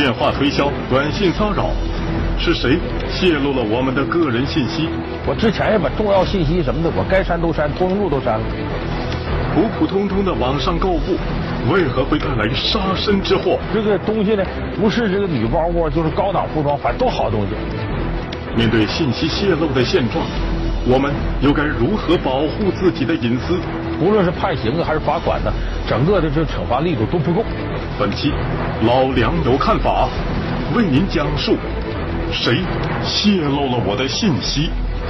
电话推销、短信骚扰，是谁泄露了我们的个人信息？ 我之前也把重要信息什么的，我该删都删，通讯录都删了。 普普通通的网上购物，为何会带来杀身之祸？ 这个东西呢，不是这个女包裹，就是高档服装，反正都好东西。 面对信息泄露的现状，我们又该如何保护自己的隐私？ 无论是判刑还是罚款呢，整个的这惩罚力度都不够。 本期老梁有看法，为您讲述谁泄露了我的信息。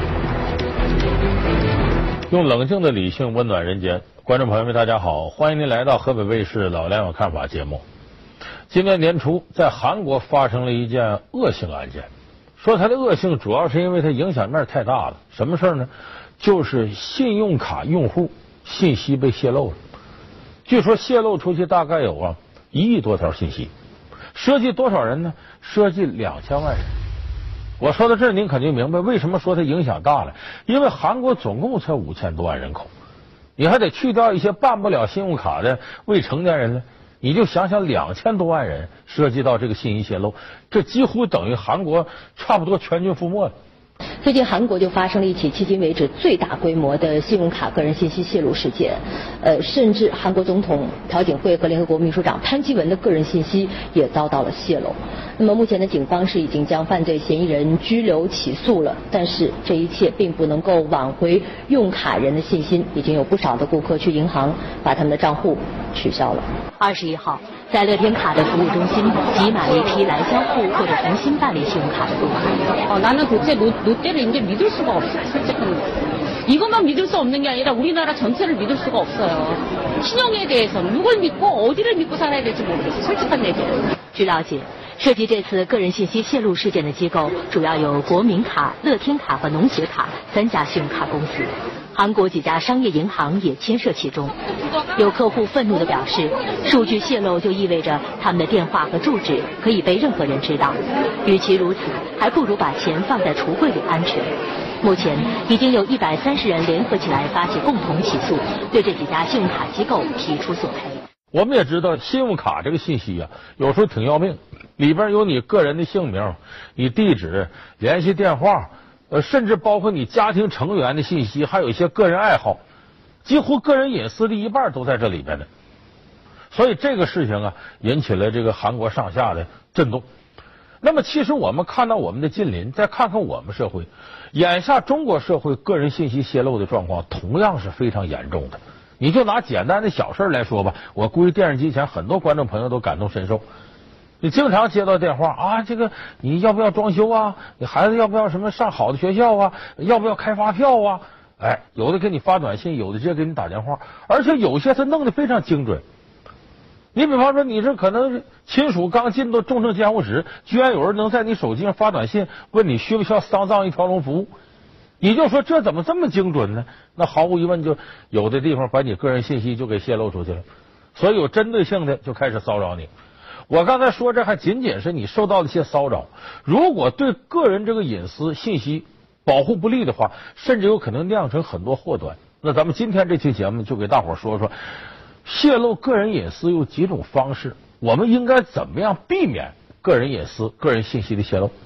用冷静的理性温暖人间，观众朋友们大家好，欢迎您来到河北卫视老梁有看法节目。今年年初在韩国发生了一件恶性案件，说它的恶性主要是因为它影响面太大了。什么事呢？就是信用卡用户信息被泄露了。据说泄露出去大概有1亿多条信息，涉及多少人呢？涉及2000万人。我说到这儿，您肯定明白为什么说它影响大了，因为韩国总共才5000多万人口，你还得去掉一些办不了信用卡的未成年人呢，你就想想2000多万人涉及到这个信息泄露，这几乎等于韩国差不多全军覆没了。 最近韩国就发生了一起迄今为止最大规模的信用卡个人信息泄露事件，甚至韩国总统朴槿惠和联合国秘书长潘基文的个人信息也遭到了泄露。那么目前的警方是已经将犯罪嫌疑人拘留起诉了，但是这一切并不能够挽回用卡人的信心，已经有不少的顾客去银行把他们的账户取消了。21号，在乐天卡的服务中心挤满了一批来交付或者重新办理信用卡的顾客。 나는 도대체 롯데를 이제 믿을 수가 없어, 솔직히. 이것만 믿을 수 없는 게 아니라 우리나라 전체를 믿을 수가 없어요. 신용에 대해서 누굴 믿고 어디를 믿고 살아야 될지 모르겠어요, 솔직한 얘기로. 据了解，涉及这次个人信息泄露事件的机构主要有国民卡、乐天卡和农协卡3家信用卡公司。韩国几家商业银行也牵涉其中。有客户愤怒地表示，数据泄露就意味着他们的电话和住址可以被任何人知道，与其如此，还不如把钱放在橱柜里安全。目前已经有130人联合起来发起共同起诉，对这几家信用卡机构提出索赔。 我们也知道信用卡这个信息有时候挺要命，里边有你个人的姓名、你地址、联系电话，甚至包括你家庭成员的信息，还有一些个人爱好，几乎个人隐私的一半都在这里边的。所以这个事情引起了这个韩国上下的震动。那么其实我们看到我们的近邻，再看看我们社会，眼下中国社会个人信息泄露的状况同样是非常严重的。你就拿简单的小事来说吧，我估计电视机前很多观众朋友都感同身受。你经常接到电话这个你要不要装修啊？你孩子要不要什么上好的学校啊？要不要开发票啊？有的给你发短信，有的直接给你打电话，而且有些他弄得非常精准。你比方说，你这可能亲属刚进到重症监护室，居然有人能在你手机上发短信问你需不需要丧葬一条龙服务，你就说这怎么这么精准呢？那毫无疑问，就有的地方把你个人信息就给泄露出去了，所以有针对性的就开始骚扰你。我刚才说这还仅仅是你受到的一些骚扰，如果对个人这个隐私信息保护不力的话，甚至有可能酿成很多祸端。那咱们今天这期节目就给大伙儿说说泄露个人隐私有几种方式，我们应该怎么样避免个人隐私、个人信息的泄露。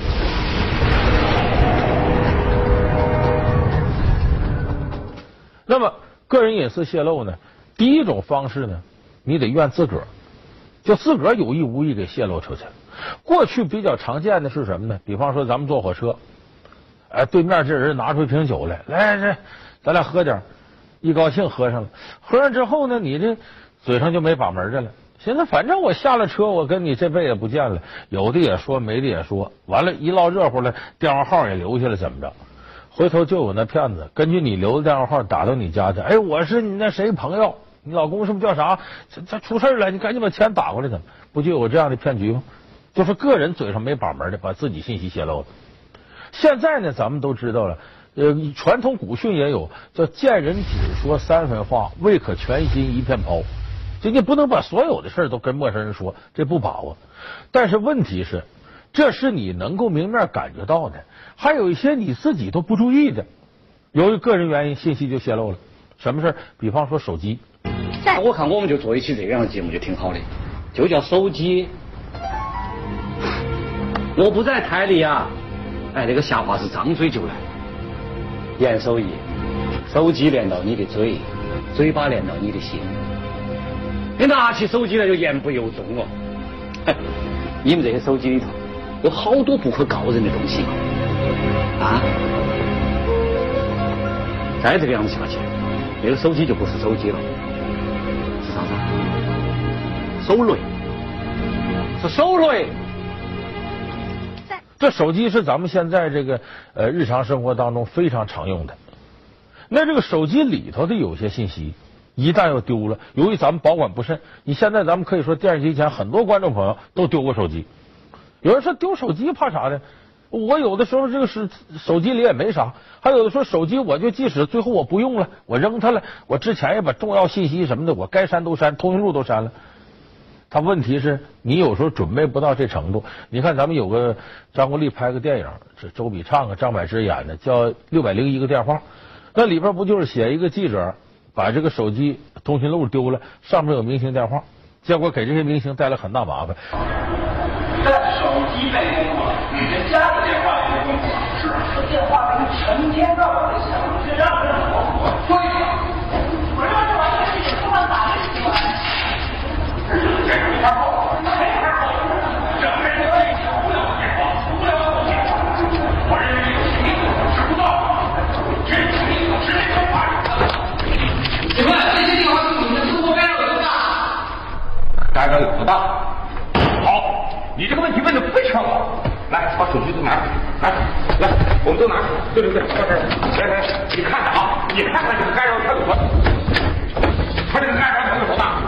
那么个人隐私泄露呢，第一种方式呢，你得怨自个儿，就自个儿有意无意给泄露出去。过去比较常见的是什么呢？比方说咱们坐火车，对面这人拿出一瓶酒来，这咱俩喝点，一高兴喝上了，喝上之后呢，你这嘴上就没把门的了。现在反正我下了车，我跟你这辈子不见了，有的也说，没的也说，完了，一唠热乎了，电话号也留下了，怎么着？回头就有那骗子根据你留的电话号打到你家去，我是你那谁朋友，你老公是不是叫啥？这出事了，你赶紧把钱打过来，怎么不就有这样的骗局吗？就是个人嘴上没把门的，把自己信息泄露了。现在呢，咱们都知道了，传统古训也有叫见人只说3分话，未可全心一片抛。就你不能把所有的事都跟陌生人说，这不把握。但是问题是，这是你能够明面感觉到的，还有一些你自己都不注意的，由于个人原因，信息就泄露了。什么事？比方说手机。 我看我们就做一期这样的节目就挺好的，就叫手机我不在台里啊，哎，那个瞎话是张嘴就来。严守义，手机连到你的嘴，嘴巴连到你的心。你拿起手机来就言不由衷哦。哎，你们这些手机里头有好多不可告人的东西啊！再这个样子下去，那个手机就不是手机了，是啥子？手雷，是手雷。 这手机是咱们现在这个日常生活当中非常常用的。那这个手机里头的有些信息，一旦要丢了，由于咱们保管不慎，你现在咱们可以说电视机前很多观众朋友都丢过手机。有人说丢手机怕啥呢？我有的时候这个是手机里也没啥，还有的说手机我就即使最后我不用了，我扔它了，我之前也把重要信息什么的我该删都删，通讯录都删了。他问题是你有时候准备不到这程度。你看咱们有个张国立拍个电影，是周笔畅张柏芝演的，叫《601个电话》，那里边不就是写一个记者把这个手机通讯录丢了，上面有明星电话，结果给这些明星带来很大麻烦。 在手机被公布了，你的家的电话也被公布了，是这电话能成天到晚的响，却让人火。对呀，我让这玩意儿是突然打的出来。这是没法报，没法报，整个人类无聊电话，无聊电话。我认为这个情是不到，这是直接就发生了。请问这些地方对你的生活干扰有多大？ 干扰有多大？好。你这个问题问的非常好，来，把手机都拿出来，来，我们都拿出来，对，到这儿，来，你看看啊，你看看这个干扰它有多，它这个干扰有多大？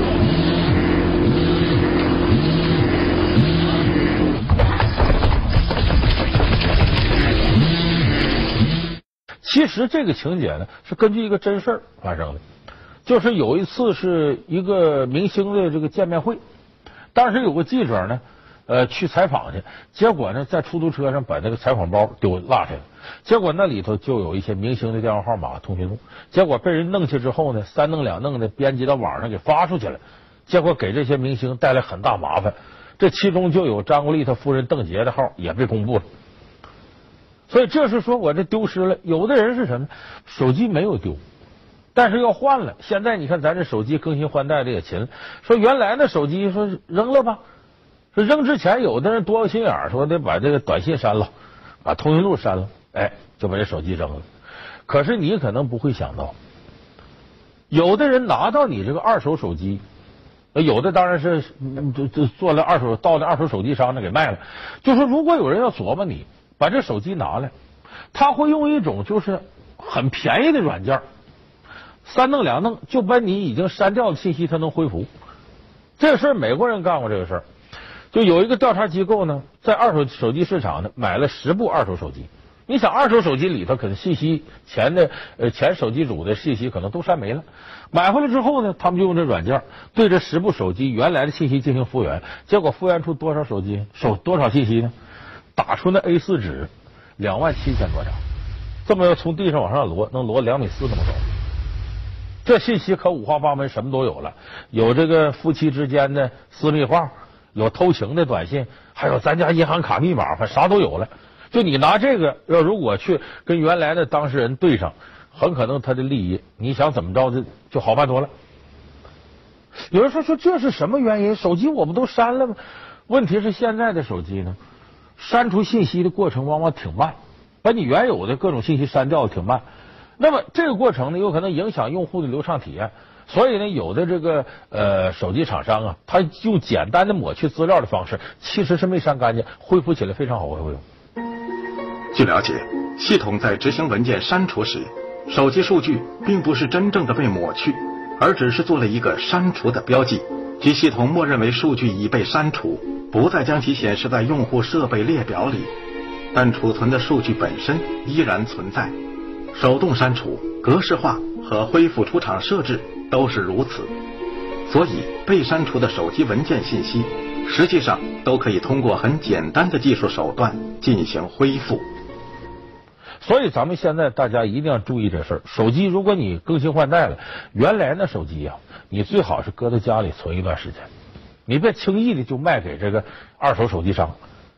其实这个情节呢是根据一个真事儿发生的，就是有一次是一个明星的这个见面会，当时有个记者呢。去采访去，结果呢，在出租车上把那个采访包落下了，结果那里头就有一些明星的电话号码、通讯录，结果被人弄去之后呢，三弄两弄的编辑到网上给发出去了，结果给这些明星带来很大麻烦。这其中就有张国立他夫人邓婕的号也被公布了，所以这是说我这丢失了。有的人是什么？手机没有丢，但是要换了。现在你看咱这手机更新换代的也勤，说原来的手机说扔了吧。说扔之前，有的人多个心眼儿，说得把这个短信删了，把通讯录删了，哎，就把这手机扔了。可是你可能不会想到，有的人拿到你这个二手手机，有的当然是就做了二手，到了二手手机商那给卖了。就说如果有人要琢磨你，把这手机拿来，他会用一种就是很便宜的软件，三弄两弄就把你已经删掉的信息他能恢复。这事儿美国人干过这个事儿。就有一个调查机构呢，在二手手机市场呢买了10部二手手机。你想，二手手机里头可能信息前手机主的信息可能都删没了。买回来之后呢，他们就用这软件对这10部手机原来的信息进行复原，结果复原出多少手机？多少信息呢？打出那 A4 纸27000多张，这么要从地上往上摞，能摞2.4米那么高。这信息可五花八门，什么都有了，有这个夫妻之间的私密话。有偷情的短信，还有咱家银行卡密码，反正啥都有了。就你拿这个，如果去跟原来的当事人对上，很可能他的利益，你想怎么着就好办多了。有人说这是什么原因？手机我不都删了吗？问题是现在的手机呢，删除信息的过程往往挺慢，把你原有的各种信息删掉的挺慢。那么这个过程呢，有可能影响用户的流畅体验。所以呢，有的这个手机厂商啊，他用简单的抹去资料的方式，其实是没删干净，恢复起来非常好恢复。 据了解，系统在执行文件删除时，手机数据并不是真正的被抹去，而只是做了一个删除的标记，即系统默认为数据已被删除，不再将其显示在用户设备列表里，但储存的数据本身依然存在。手动删除、格式化和恢复出厂设置都是如此，所以被删除的手机文件信息实际上都可以通过很简单的技术手段进行恢复。 所以咱们现在大家一定要注意这事儿。手机如果你更新换代了，原来的手机啊，你最好是搁在家里存一段时间，你别轻易的就卖给这个二手手机商。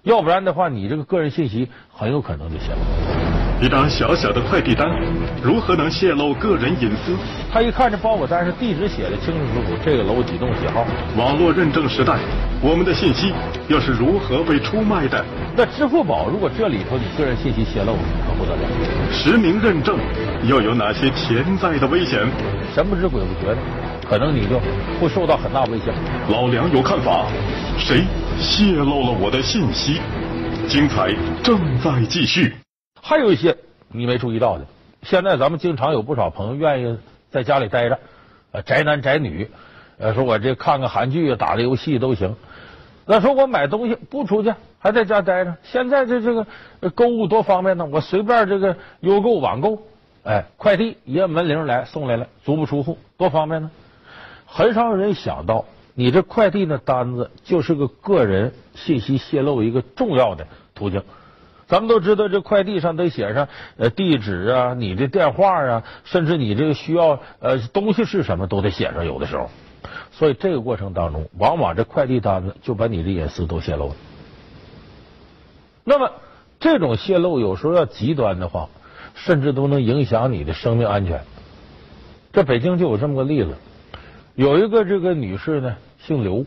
要不然的话，你这个个人信息很有可能就泄露。 一张小小的快递单，如何能泄露个人隐私？ 他一看这包裹单是地址写的清清楚楚，这个楼几栋几号。 网络认证时代，我们的信息又是如何被出卖的？ 那支付宝如果这里头你个人信息泄露，可不得了。 实名认证又有哪些潜在的危险？ 神不知鬼不觉的，可能你就会受到很大危险。 老梁有看法，谁泄露了我的信息？精彩正在继续。 还有一些你没注意到的，现在咱们经常有不少朋友愿意在家里待着，宅男宅女，说我这看看韩剧啊，打个游戏都行。那说我买东西不出去，还在家待着。现在这个购物多方便呢，我随便这个邮购网购，快递一按门铃来送来了，足不出户，多方便呢。很少有人想到，你这快递的单子就是个个人信息泄露一个重要的途径。咱们都知道，这快递上得写上地址啊，你的电话啊，甚至你这个需要东西是什么都得写上，有的时候。所以这个过程当中，往往这快递单子就把你的隐私都泄露了。那么这种泄露有时候要极端的话，甚至都能影响你的生命安全。这北京就有这么个例子，有一个这个女士呢，姓刘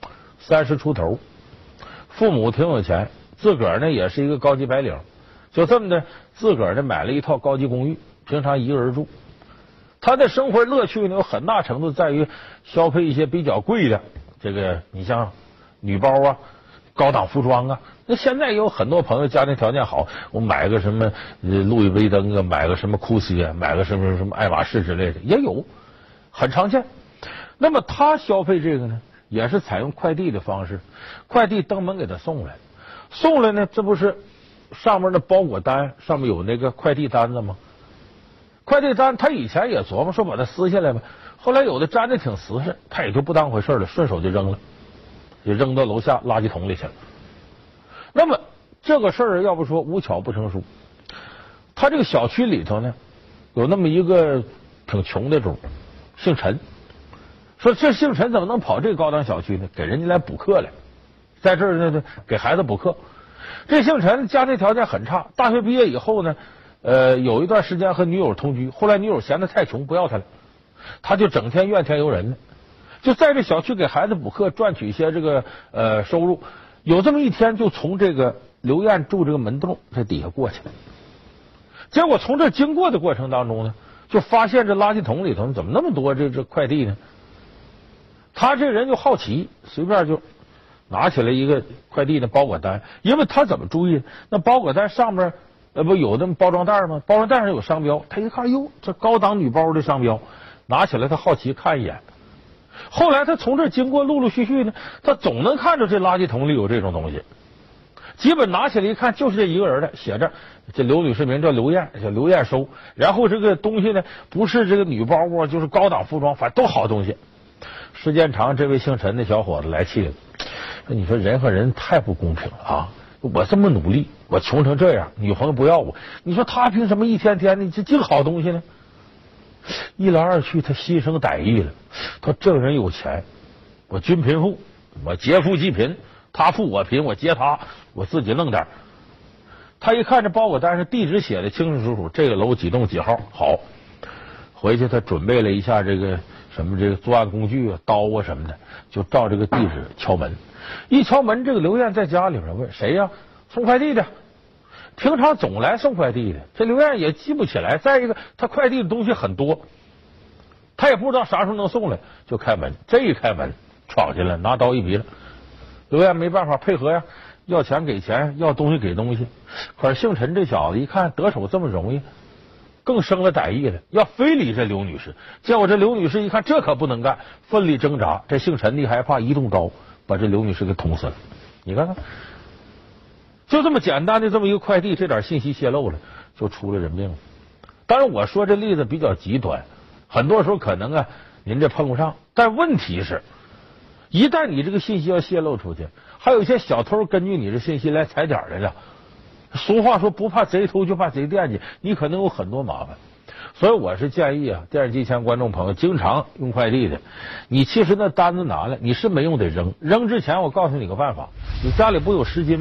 ，30出头，父母挺有钱，自个儿呢也是一个高级白领，就这么的自个儿呢买了一套高级公寓，平常一个人住。他的生活乐趣呢有很大程度在于消费一些比较贵的，这个你像女包啊、高档服装啊。那现在有很多朋友家庭条件好，我买个什么路易威登啊，买个什么库西啊，买个什么爱马仕之类的也有，很常见。那么他消费这个呢，也是采用快递的方式，快递登门给他送来，送来呢，这不是上面的包裹单上面有那个快递单子吗？快递单他以前也琢磨说把它撕下来吧，后来有的粘的挺实实，他也就不当回事了，顺手就扔了，就扔到楼下垃圾桶里去了。那么这个事儿要不说无巧不成书，他这个小区里头呢，有那么一个挺穷的主，姓陈，说这姓陈怎么能跑这个高档小区呢？给人家来补课来，在这儿呢给孩子补课。这姓陈家庭条件很差，大学毕业以后呢，有一段时间和女友同居，后来女友嫌他太穷不要他了，他就整天怨天尤人的，就在这小区给孩子补课，赚取一些这个收入。有这么一天，就从这个刘艳住这个门洞这底下过去，结果从这经过的过程当中呢，就发现这垃圾桶里头怎么那么多这快递呢？他这人就好奇，随便就拿起来一个快递的包裹单，因为他怎么注意？那包裹单上面不有那么包装袋吗？包装袋上有商标，他一看，哟，这高档女包的商标，拿起来他好奇看一眼。后来他从这经过，陆陆续续呢，他总能看着这垃圾桶里有这种东西。基本拿起来一看，就是这一个人的，写着这刘女士名叫刘艳，叫刘艳收。然后这个东西呢，不是这个女包啊，就是高档服装，反正都好东西。时间长，这位姓陈的小伙子来气了，说：“你说人和人太不公平了啊！我这么努力，我穷成这样，女朋友不要我，你说他凭什么一天天的这净好东西呢？”一来二去，他心生歹意了。他这个人有钱，我均贫富，我劫富济贫，他富我贫，我劫他，我自己弄点。他一看这包裹单上地址写的清清楚楚，这个楼几栋几号，好，回去他准备了一下这个什么这个作案工具啊，刀啊什么的，就照这个地址敲门。一敲门，这个刘艳在家里边问谁呀？送快递的。平常总来送快递的，这刘艳也记不起来。再一个，他快递的东西很多，他也不知道啥时候能送来，就开门。这一开门，闯进来，拿刀一逼了。刘艳没办法配合呀，要钱给钱，要东西给东西。可是姓陈这小子一看得手这么容易，更生了歹意了，要非礼这刘女士。结果这刘女士一看这可不能干，奋力挣扎。这姓陈的害怕，一动刀把这刘女士给捅死了。你看看。就这么简单的这么一个快递，这点信息泄露了，就出了人命了。当然我说这例子比较极端，很多时候可能啊您这碰不上，但问题是一旦你这个信息要泄露出去，还有一些小偷根据你这信息来踩点来了。俗话说不怕贼偷就怕贼惦记，你可能有很多麻烦。所以我是建议啊，电视机前观众朋友经常用快递的，你其实那单子拿来，你是没用得扔，扔之前我告诉你个办法，你家里不有湿巾吗？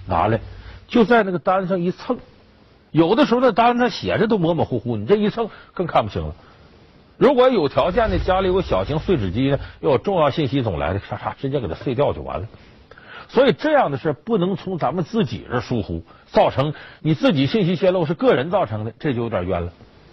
拿来，就在那个单上一蹭，有的时候那单上写着都模模糊糊，你这一蹭更看不清了。如果有条件的，家里有小型碎纸机呢，又有重要信息总来的，咔嚓直接给它碎掉就完了。所以这样的事不能从咱们自己这疏忽，造成你自己信息泄露是个人造成的，这就有点冤了。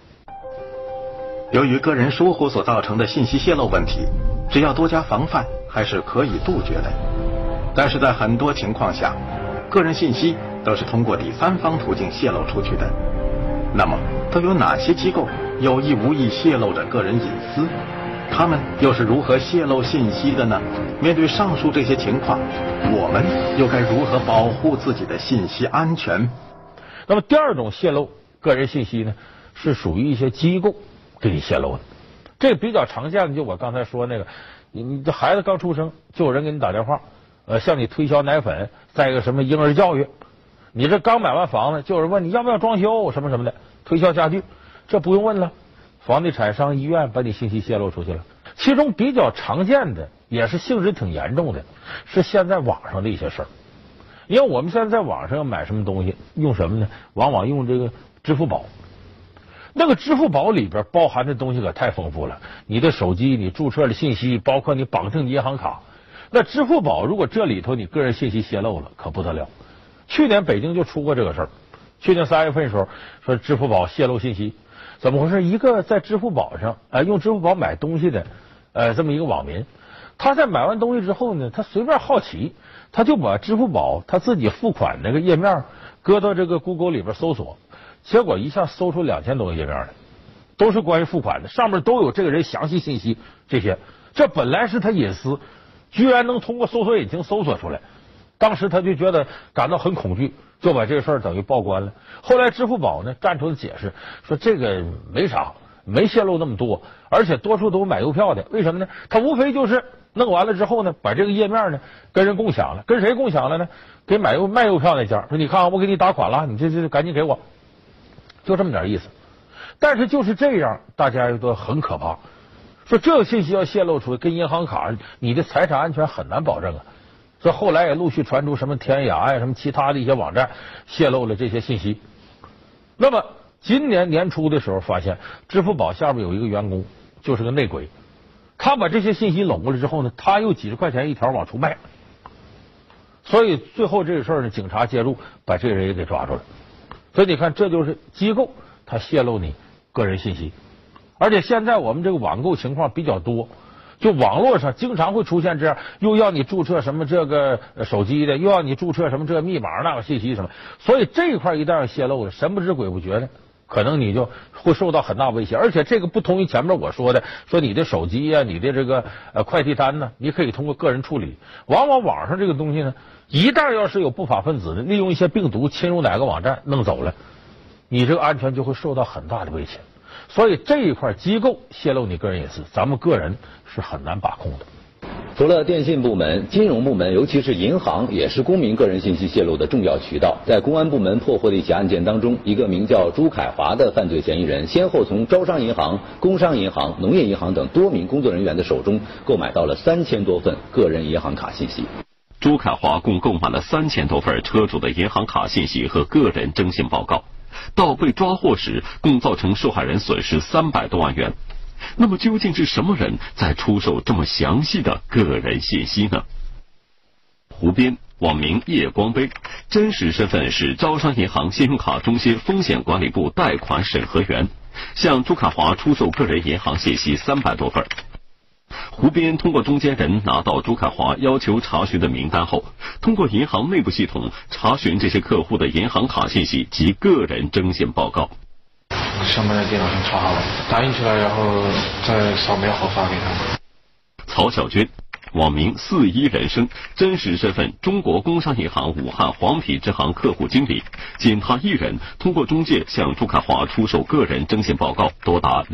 由于个人疏忽所造成的信息泄露问题，只要多加防范，还是可以杜绝的。但是在很多情况下，个人信息都是通过第三方途径泄露出去的。那么，都有哪些机构有意无意泄露着个人隐私？他们又是如何泄露信息的呢？面对上述这些情况，我们又该如何保护自己的信息安全？ 那么第二种泄露个人信息呢，是属于一些机构给你泄露的。这个比较常见的，就我刚才说那个，你这孩子刚出生，就有人给你打电话，向你推销奶粉，再一个什么婴儿教育。你这刚买完房子，就有人问你要不要装修什么什么的，推销家具，这不用问了，房地产商、医院把你信息泄露出去了。其中比较常见的，也是性质挺严重的，是现在网上的一些事儿。因为我们现在在网上要买什么东西，用什么呢？往往用这个支付宝。那个支付宝里边包含的东西可太丰富了，你的手机、你注册的信息，包括你绑定银行卡。那支付宝如果这里头你个人信息泄露了，可不得了。去年北京就出过这个事儿，去年3月份的时候说支付宝泄露信息，怎么回事？一个在支付宝上用支付宝买东西的这么一个网民，他在买完东西之后呢，他随便好奇，他就把支付宝他自己付款那个页面搁到这个 Google 里边搜索，结果一下搜出2000多个页面来，都是关于付款的，上面都有这个人详细信息，这些这本来是他隐私，居然能通过搜索引擎搜索出来。当时他就觉得感到很恐惧，就把这个事儿等于报关了。后来支付宝呢站出来解释说这个没啥，没泄露那么多，而且多数都是买邮票的。为什么呢？他无非就是弄完了之后呢，把这个页面呢跟人共享了。跟谁共享了呢？给卖邮票那家说你看我给你打款了，你这赶紧给我，就这么点意思。但是就是这样，大家都很可怕。说这个信息要泄露出来，跟银行卡你的财产安全很难保证啊。所以后来也陆续传出什么天涯呀、什么其他的一些网站泄露了这些信息。那么今年年初的时候，发现支付宝下面有一个员工就是个内鬼，他把这些信息拢过来之后呢，他又几十块钱一条往出卖。所以最后这个事儿呢，警察介入，把这个人也给抓住了。所以你看，这就是机构他泄露你个人信息，而且现在我们这个网购情况比较多。就网络上经常会出现这样，又要你注册什么这个手机的，又要你注册什么这个密码那个信息什么，所以这一块一旦要泄露了，神不知鬼不觉的，可能你就会受到很大威胁。而且这个不同于前面我说的，说你的手机啊，你的这个快递单呢，你可以通过个人处理。往往网上这个东西呢，一旦要是有不法分子呢，利用一些病毒侵入哪个网站弄走了，你这个安全就会受到很大的威胁。所以这一块机构泄露你个人隐私，咱们个人是很难把控的。 除了电信部门，金融部门尤其是银行也是公民个人信息泄露的重要渠道。在公安部门破获的一起案件当中，一个名叫朱凯华的犯罪嫌疑人，先后从招商银行、工商银行、农业银行等多名工作人员的手中购买到了3000多份个人银行卡信息。 朱凯华共购买了3000多份车主的银行卡信息和个人征信报告，到被抓获时，共造成受害人损失300多万元。那么究竟是什么人在出售这么详细的个人信息呢？胡边，网名夜光杯，真实身份是招商银行信用卡中心风险管理部贷款审核员，向朱凯华出售个人银行信息300多份。胡边通过中间人拿到朱凯华要求查询的名单后，通过银行内部系统查询这些客户的银行卡信息及个人征信报告。 上面的电脑上查好了，打印出来，然后再扫描好发给他。 曹小娟，网名41人生，真实身份中国工商银行武汉黄陂支行客户经理，仅他一人通过中介向朱凯华出售个人征信报告多达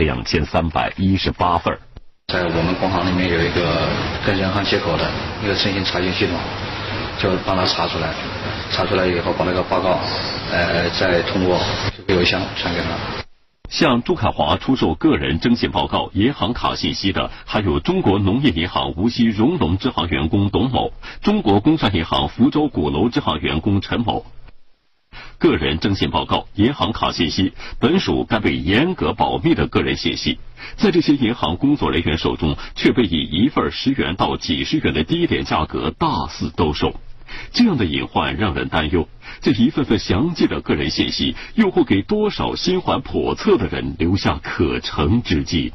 2318份。 在我们工行里面有一个跟人行接口的一个征信查询系统，就帮他查出来，查出来以后把那个报告再通过邮箱传给他。 向朱凯华出售个人征信报告、银行卡信息的，还有中国农业银行无锡荣隆支行员工董某、中国工商银行福州鼓楼支行员工陈某。个人征信报告、银行卡信息本属该被严格保密的个人信息，在这些银行工作人员手中，却被以一份10元到几十元的低廉价格大肆兜售。这样的隐患让人担忧，这一份份详尽的个人信息，又会给多少心怀叵测的人留下可乘之机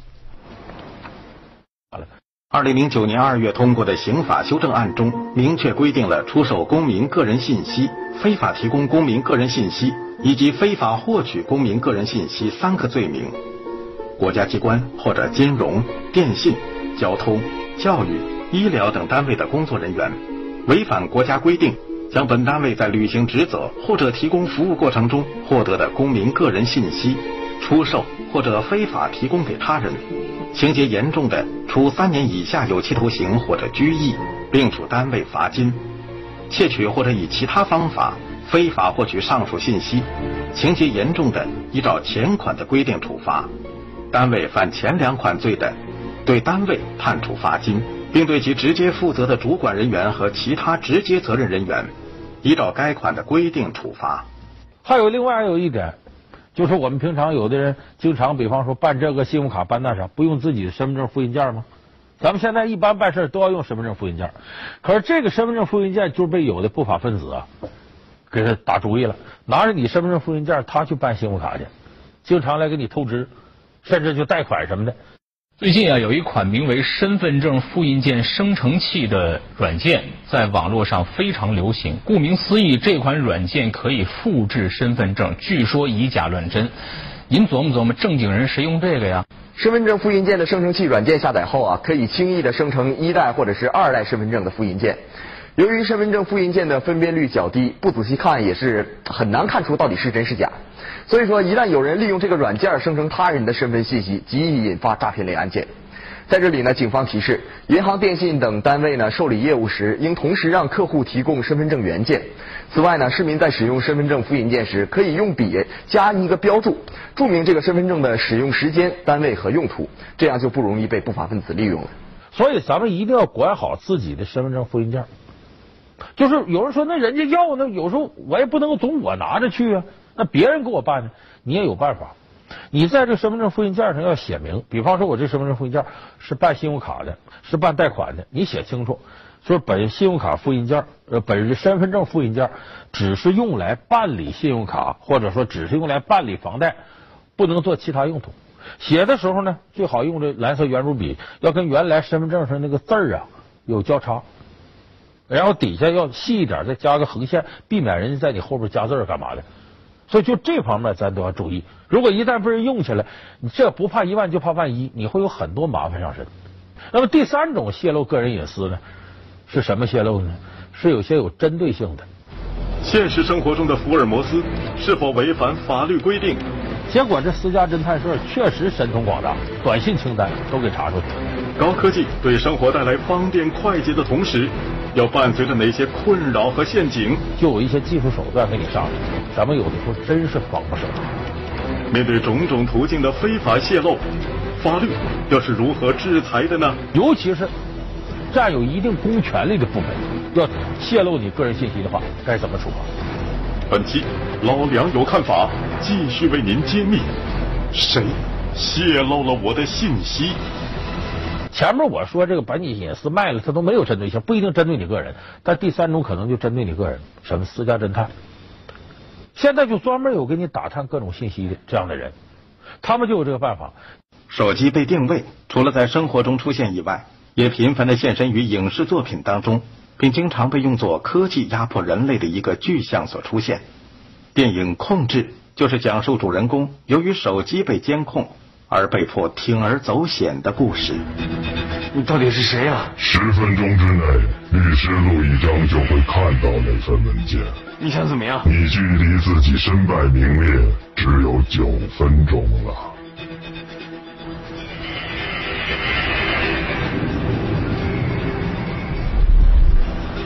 ？2009年2月通过的刑法修正案中，明确规定了出售公民个人信息、非法提供公民个人信息以及非法获取公民个人信息3个罪名。国家机关或者金融、电信、交通、教育、医疗等单位的工作人员，违反国家规定，将本单位在履行职责或者提供服务过程中获得的公民个人信息出售或者非法提供给他人，情节严重的，处3年以下有期徒刑或者拘役，并处单位罚金；窃取或者以其他方法非法获取上述信息，情节严重的，依照前款的规定处罚。单位犯前2款罪的，对单位判处罚金，并对其直接负责的主管人员和其他直接责任人员依照该款的规定处罚。 另外还有一点，就是我们平常有的人经常比方说办这个信用卡办那啥，不用自己的身份证复印件吗？咱们现在一般办事都要用身份证复印件，可是这个身份证复印件就被有的不法分子给他打主意了，拿着你身份证复印件他去办信用卡去，经常来给你透支，甚至就贷款什么的。 最近有一款名为身份证复印件生成器的软件在网络上非常流行。顾名思义，这款软件可以复制身份证，据说以假乱真。您琢磨琢磨，正经人谁用这个呀？ 身份证复印件的生成器软件下载后可以轻易的生成1代或者是2代身份证的复印件。由于身份证复印件的分辨率较低，不仔细看也是很难看出到底是真是假。所以说，一旦有人利用这个软件生成他人的身份信息，极易引发诈骗类案件。在这里呢，警方提示，银行、电信等单位呢受理业务时，应同时让客户提供身份证原件。此外呢，市民在使用身份证复印件时，可以用笔加一个标注，注明这个身份证的使用时间、单位和用途，这样就不容易被不法分子利用了。 所以咱们一定要管好自己的身份证复印件。就是有人说，那人家要，那有时候我也不能总我拿着去啊，那别人给我办呢，你也有办法。你在这身份证复印件上要写明，比方说我这身份证复印件是办信用卡的，是办贷款的，你写清楚，说本信用卡复印件本身份证复印件只是用来办理信用卡，或者说只是用来办理房贷，不能做其他用途。写的时候呢，最好用这蓝色圆珠笔，要跟原来身份证上那个字有交叉，然后底下要细一点，再加个横线，避免人家在你后边加字干嘛的。所以就这方面咱都要注意。如果一旦被人用起来，你这不怕1万就怕万一，你会有很多麻烦上身。那么第3种泄露个人隐私呢，是什么泄露呢？是有些有针对性的。 现实生活中的福尔摩斯是否违反法律规定？ 结果这私家侦探社确实神通广大，短信清单都给查出去了。 高科技对生活带来方便快捷的同时，要伴随着哪些困扰和陷阱？ 就有一些技术手段给你上来，咱们有的时候真是防不胜防。 面对种种途径的非法泄露，法律又是如何制裁的呢？ 尤其是占有一定公权力的部门，要泄露你个人信息的话，该怎么处罚？ 本期老梁有看法，继续为您揭秘谁泄露了我的信息。 前面我说这个把你隐私卖了，它都没有针对性，不一定针对你个人，但第3种可能就针对你个人，什么私家侦探。现在就专门有给你打探各种信息的这样的人，他们就有这个办法。 手机被定位，除了在生活中出现以外，也频繁地现身于影视作品当中，并经常被用作科技压迫人类的一个具象所出现。电影《控制》就是讲述主人公由于手机被监控而被迫铤而走险的故事。 你到底是谁啊 ？10分钟之内，律师陆一章就会看到那份文件。 你想怎么样？ 你距离自己身败名裂只有9分钟了。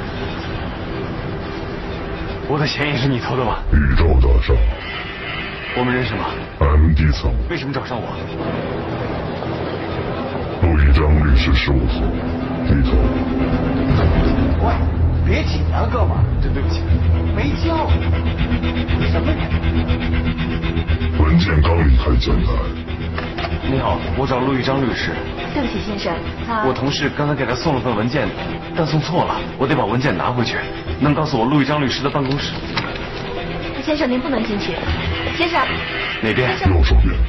我的钱也是你偷的吗？ 宇宙大圣， 我们认识吗？ 俺底层。 为什么找上我？ 陆一章律师事务所里头。 喂，别紧张，哥们儿， 真对不起， 没叫你什么人？ 文件刚离开简单。 你好，我找陆一章律师。 对不起，先生， 我同事刚才给他送了份文件，但送错了，我得把文件拿回去。能告诉我陆一章律师的办公室？ 先生，您不能进去。先生， 哪边？ 右手边。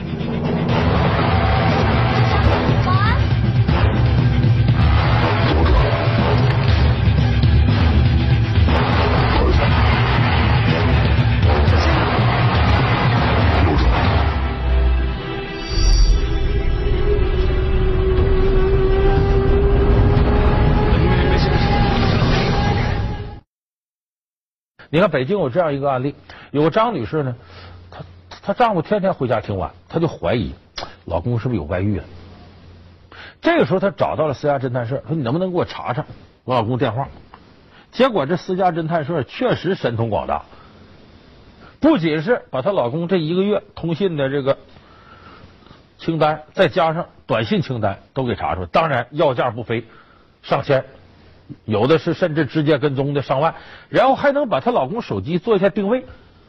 保安。 左转。右转。 你看北京有这样一个案例，有个张女士呢，她丈夫天天回家挺晚，她就怀疑老公是不是有外遇了。这个时候她找到了私家侦探社，说你能不能给我查查我老公电话？结果这私家侦探社确实神通广大，不仅是把她老公这1个月通信的这个清单，再加上短信清单都给查出来，当然要价不菲，上千。有的是甚至直接跟踪的上万，然后还能把她老公手机做一下定位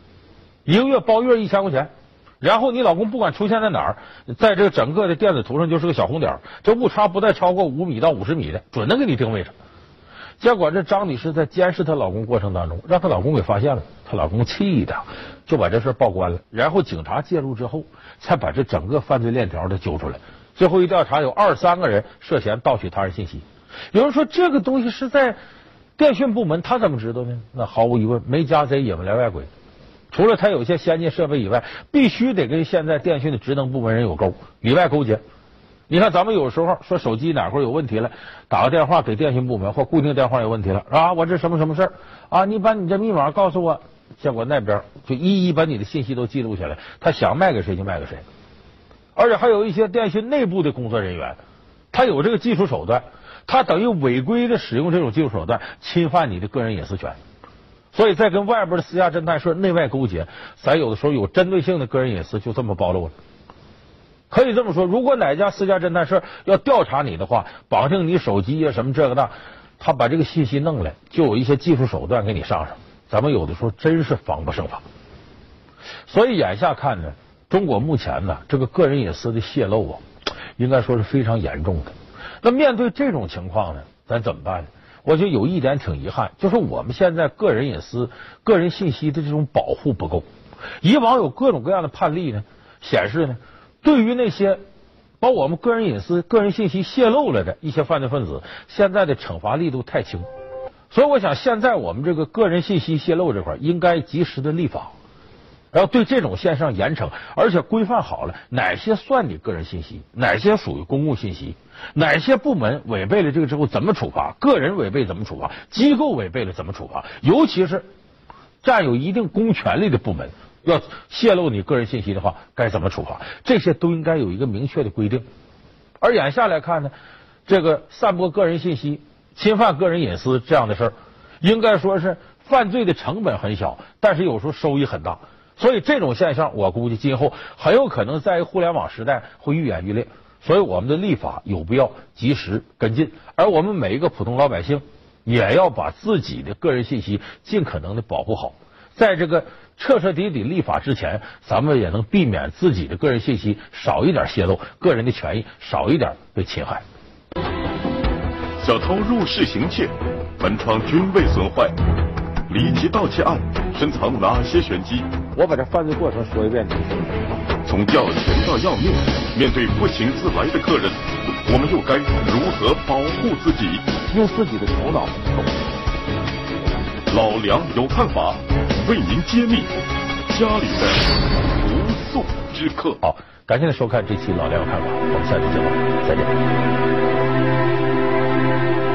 ，1个月包月1000块钱，然后你老公不管出现在哪儿，在这个整个的电子图上就是个小红点，这误差不带超过5米到50米的，准能给你定位上。结果这张女士在监视她老公过程当中，让她老公给发现了，她老公气的就把这事报关了，然后警察介入之后，才把这整个犯罪链条的揪出来。最后一调查，有23个人涉嫌盗取他人信息。有人说这个东西是在电讯部门，他怎么知道呢？那毫无疑问，没家贼也不来外鬼。除了他有一些先进设备以外，必须得跟现在电讯的职能部门人有勾，里外勾结。你看咱们有时候说手机哪块有问题了，打个电话给电讯部门或固定电话有问题了啊，我这什么什么事儿啊，你把你这密码告诉我，结果那边就一一把你的信息都记录下来，他想卖给谁就卖给谁。而且还有一些电讯内部的工作人员，他有这个技术手段，他等于违规的使用这种技术手段，侵犯你的个人隐私权。所以在跟外边的私家侦探社内外勾结，咱有的时候有针对性的个人隐私就这么暴露了。可以这么说，如果哪家私家侦探社要调查你的话，绑定你手机啊什么这个那，他把这个信息弄来，就有一些技术手段给你上。咱们有的时候真是防不胜防。所以眼下看呢，中国目前呢这个个人隐私的泄露啊，应该说是非常严重的。那面对这种情况呢，咱怎么办呢？我觉得有一点挺遗憾，就是我们现在个人隐私、个人信息的这种保护不够。以往有各种各样的判例呢，显示呢，对于那些把我们个人隐私、个人信息泄露了的一些犯罪分子，现在的惩罚力度太轻。所以我想，现在我们这个个人信息泄露这块应该及时的立法，然后对这种现象严惩，而且规范好了哪些算你个人信息，哪些属于公共信息，哪些部门违背了这个之后怎么处罚，个人违背怎么处罚，机构违背了怎么处罚，尤其是占有一定公权力的部门要泄露你个人信息的话该怎么处罚，这些都应该有一个明确的规定。而眼下来看呢，这个散播个人信息、侵犯个人隐私这样的事儿，应该说是犯罪的成本很小，但是有时候收益很大。所以这种现象我估计今后很有可能在互联网时代会愈演愈烈，所以我们的立法有必要及时跟进，而我们每一个普通老百姓也要把自己的个人信息尽可能的保护好。在这个彻彻底底立法之前，咱们也能避免自己的个人信息少一点泄露，个人的权益少一点被侵害。 小偷入室行窃，门窗均未损坏，离奇盗窃案深藏哪些玄机？ 我把这犯罪过程说一遍， 从要钱到要命，面对不请自来的客人，我们又该如何保护自己？ 用自己的头脑。 老梁有看法，为您揭秘家里的不速之客。 好，感谢您收看这期老梁有看法，我们下期节目再见。